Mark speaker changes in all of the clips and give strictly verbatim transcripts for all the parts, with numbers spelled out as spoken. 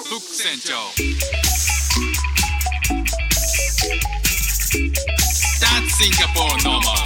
Speaker 1: フック船長 That's Singapore normal。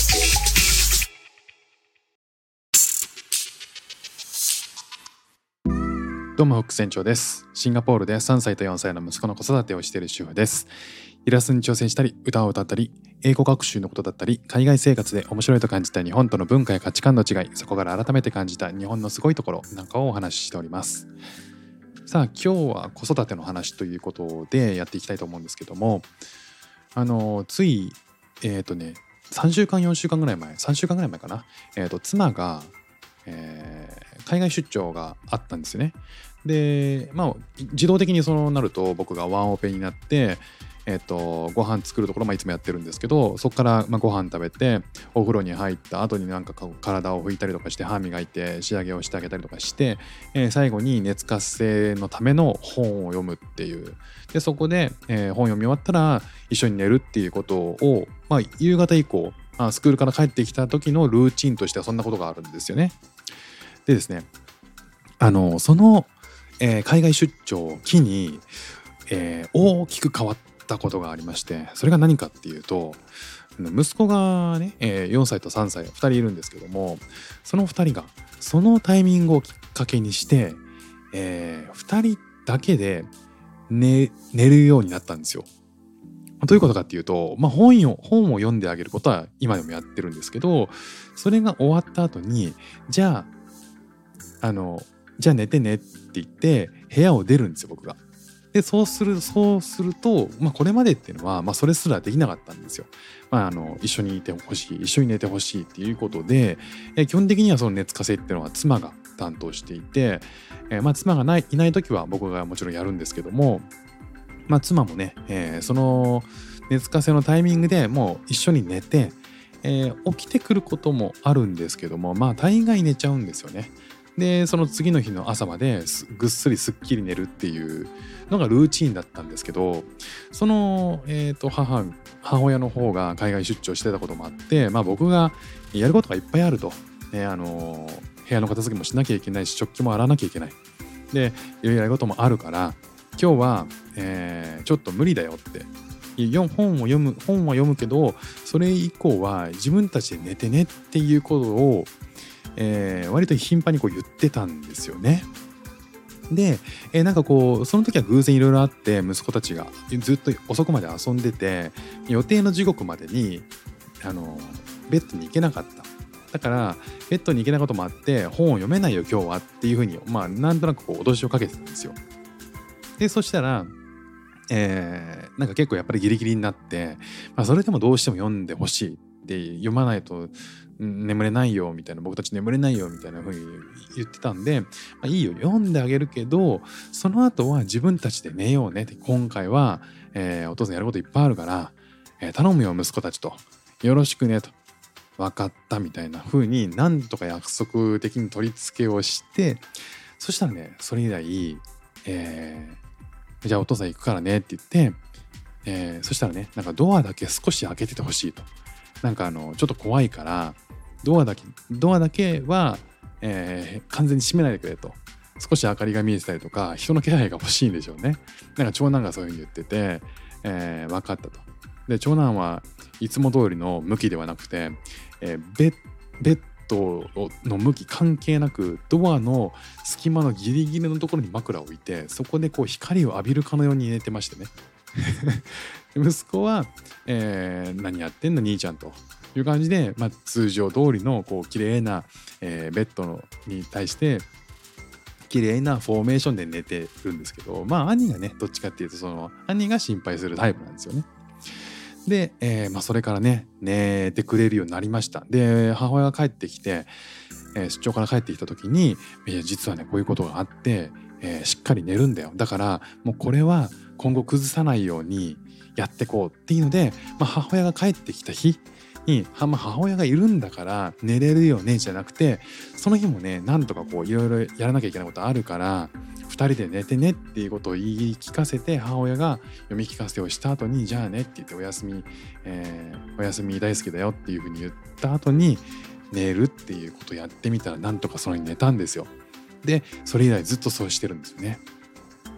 Speaker 2: どうもフック船長です。シンガポールでさんさいとよんさいの息子の子育てをしている主婦です。イラストに挑戦したり、歌を歌ったり、英語学習のことだったり、海外生活で面白いと感じた日本との文化や価値観の違い、そこから改めて感じた日本のすごいところなんかをお話ししております。さあ今日は子育ての話ということでやっていきたいと思うんですけども、あのついえっ、ー、とねさんしゅうかんよんしゅうかんぐらい前さんしゅうかんぐらい前かな、えー、と妻が、えー、海外出張があったんですよね。でまあ自動的にそうなると僕がワンオペになってえっとご飯作るところ、まあ、いつもやってるんですけど、そこからまあご飯食べてお風呂に入った後になんか体を拭いたりとかして歯磨いて仕上げをしてあげたりとかして、えー、最後に熱活性のための本を読むっていう、でそこで、えー、本読み終わったら一緒に寝るっていうことを、まあ、夕方以降あスクールから帰ってきた時のルーチンとしてはそんなことがあるんですよね。でですねあのその、えー、海外出張を機に、えー、大きく変わったことがありまして、それが何かっていうと、息子がね、えー、よんさいとさんさいふたりいるんですけども、そのふたりがそのタイミングをきっかけにして、えー、ふたりだけで 寝, 寝るようになったんですよ。どういうことかっていうと、まあ、本を本を読んであげることは今でもやってるんですけど、それが終わった後にじゃああのじゃあ寝てねって言って部屋を出るんですよ、僕が。でそうするそうすると、まあ、これまでっていうのは、まあ、それすらできなかったんですよ。まあ、あの一緒にいてほしい、一緒に寝てほしいっていうことで、え基本的にはその熱活性っていうのは妻が担当していて、えーまあ、妻がないいない時は僕がもちろんやるんですけども、まあ、妻もね、えー、その熱活性のタイミングでもう一緒に寝て、えー、起きてくることもあるんですけども、まあ大概寝ちゃうんですよね。でその次の日の朝までぐっすりすっきり寝るっていうのがルーチンだったんですけど、その、えーと 母, 母親の方が海外出張してたこともあって、まあ、僕がやることがいっぱいあると、ね、あの部屋の片付けもしなきゃいけないし、食器も洗わなきゃいけないで、いろいろやることもあるから今日は、えー、ちょっと無理だよって、本を読む本は読むけどそれ以降は自分たちで寝てねっていうことをえー、割と頻繁にこう言ってたんですよね。で、えー、なんかこうその時は偶然いろいろあって息子たちがずっと遅くまで遊んでて予定の時刻までにあのベッドに行けなかった。だからベッドに行けないこともあって本を読めないよ今日はっていうふうに、まあなんとなくこう脅しをかけてたんですよ。でそしたら、えー、なんか結構やっぱりギリギリになって、まあ、それでもどうしても読んでほしいって読まないと眠れないよみたいな、僕たち眠れないよみたいな風に言ってたんで、まあ、いいよ読んであげるけどその後は自分たちで寝ようねって、今回は、えー、お父さんやることいっぱいあるから、えー、頼むよ息子たちとよろしくねと、分かったみたいな風になんとか約束的に取り付けをして、そしたらねそれ以来、えー、じゃあお父さん行くからねって言って、えー、そしたらねなんかドアだけ少し開けててほしいと、なんかあのちょっと怖いからドアだけドアだけは、えー、完全に閉めないでくれと、少し明かりが見えてたりとか人の気配が欲しいんでしょうね。なんか長男がそういう風に言ってて、えー、分かったと。で長男はいつも通りの向きではなくて、えー、ベ, ベッドの向き関係なくドアの隙間のギリギリのところに枕を置いて、そこでこう光を浴びるかのように寝てましてね息子は、えー、何やってんの兄ちゃんという感じで、まあ、通常通りのこう綺麗な、えー、ベッドのに対して綺麗なフォーメーションで寝てるんですけど、まあ兄がねどっちかっていうとその兄が心配するタイプなんですよね。で、えーまあ、それからね寝てくれるようになりました。で母親が帰ってきて、えー、出張から帰ってきた時に、えー、実はねこういうことがあって、えー、しっかり寝るんだよ、だからもうこれは今後崩さないようにやってこうっていうので、まあ、母親が帰ってきた日に、まあ、母親がいるんだから寝れるよねじゃなくて、その日もねなんとかこういろいろやらなきゃいけないことあるからふたりで寝てねっていうことを言い聞かせて、母親が読み聞かせをした後にじゃあねって言っておやすみ、えー、おやすみ大好きだよっていうふうに言った後に寝るっていうことをやってみたらなんとかその日寝たんですよ。でそれ以来ずっとそうしてるんですよね。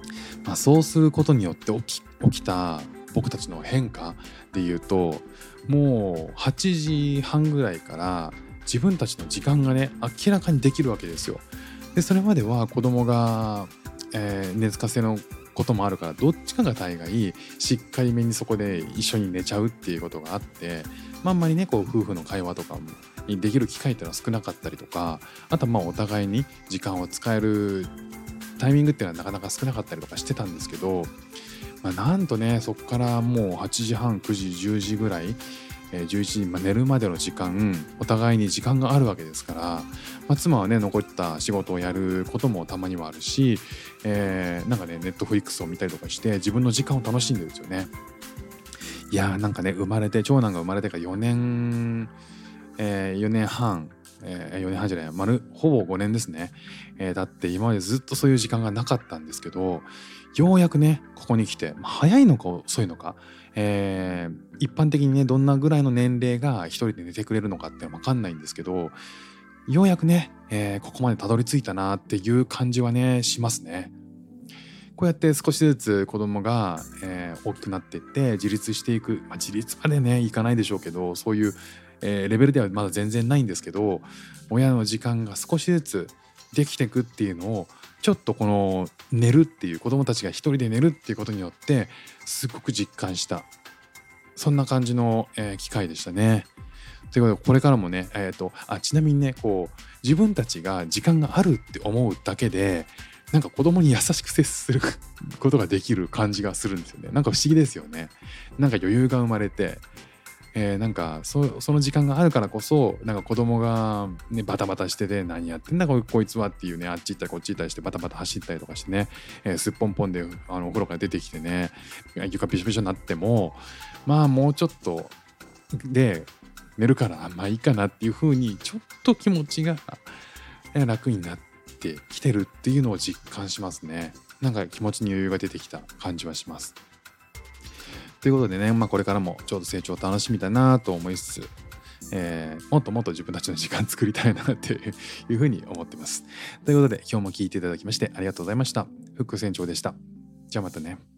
Speaker 2: まあ、そうすることによって起き、起きた僕たちの変化でいうと、もうはちじはんぐらいから自分たちの時間がね明らかにできるわけですよ。でそれまでは子供が、えー寝つかせのこともあるから、どっちかが大概しっかりめにそこで一緒に寝ちゃうっていうことがあって、まあ、あんまりねこう夫婦の会話とかもできる機会っていうのは少なかったりとか、あとはまあお互いに時間を使えるタイミングっていうのはなかなか少なかったりとかしてたんですけど、まあ、なんとねそこからもうはちじはんくじじゅうじぐらい、えーじゅういちじ、まあ、寝るまでの時間お互いに時間があるわけですから、まあ、妻はね残った仕事をやることもたまにはあるし、えーなんかねネットフリックスを見たりとかして自分の時間を楽しんでるんですよね。いやーなんかね生まれて長男が生まれてからよねん、えー、よねんはん、えー、よねんはんじゃない丸ほぼごねんですね、えー、だって今までずっとそういう時間がなかったんですけど、ようやくねここに来て、まあ早いのか遅いのか、えー一般的にねどんなぐらいの年齢が一人で寝てくれるのかって分かんないんですけど、ようやくね、えーここまでたどり着いたなっていう感じはねしますね。こうやって少しずつ子供が、えー大きくなっていって自立していく、まあ、自立までねいかないでしょうけど、そういう、えーレベルではまだ全然ないんですけど、親の時間が少しずつできていくっていうのをちょっとこの寝るっていう子供たちが一人で寝るっていうことによってすごく実感した、そんな感じの、えー機会でしたね。ということでこれからもね、えーとあちなみにねこう自分たちが時間があるって思うだけでなんか子供に優しく接することができる感じがするんですよね。なんか不思議ですよね。なんか余裕が生まれて、えーなんか そ, その時間があるからこそなんか子供がねバタバタしてて何やってんだここいつはっていうね、あっち行ったりこっち行ったりしてバタバタ走ったりとかしてね、えーすっぽんぽんであのお風呂から出てきてね床びしょびしょになってもまあもうちょっとで寝るからまあいいかなっていう風にちょっと気持ちがえー楽になってきてるっていうのを実感しますね。なんか気持ちに余裕が出てきた感じはします。ということでね、まあ、これからもちょっと成長楽しみだなと思いつつ、えーもっともっと自分たちの時間作りたいなっていうふうに思ってます。ということで今日も聞いていただきましてありがとうございました。副船長でした。じゃあまたね。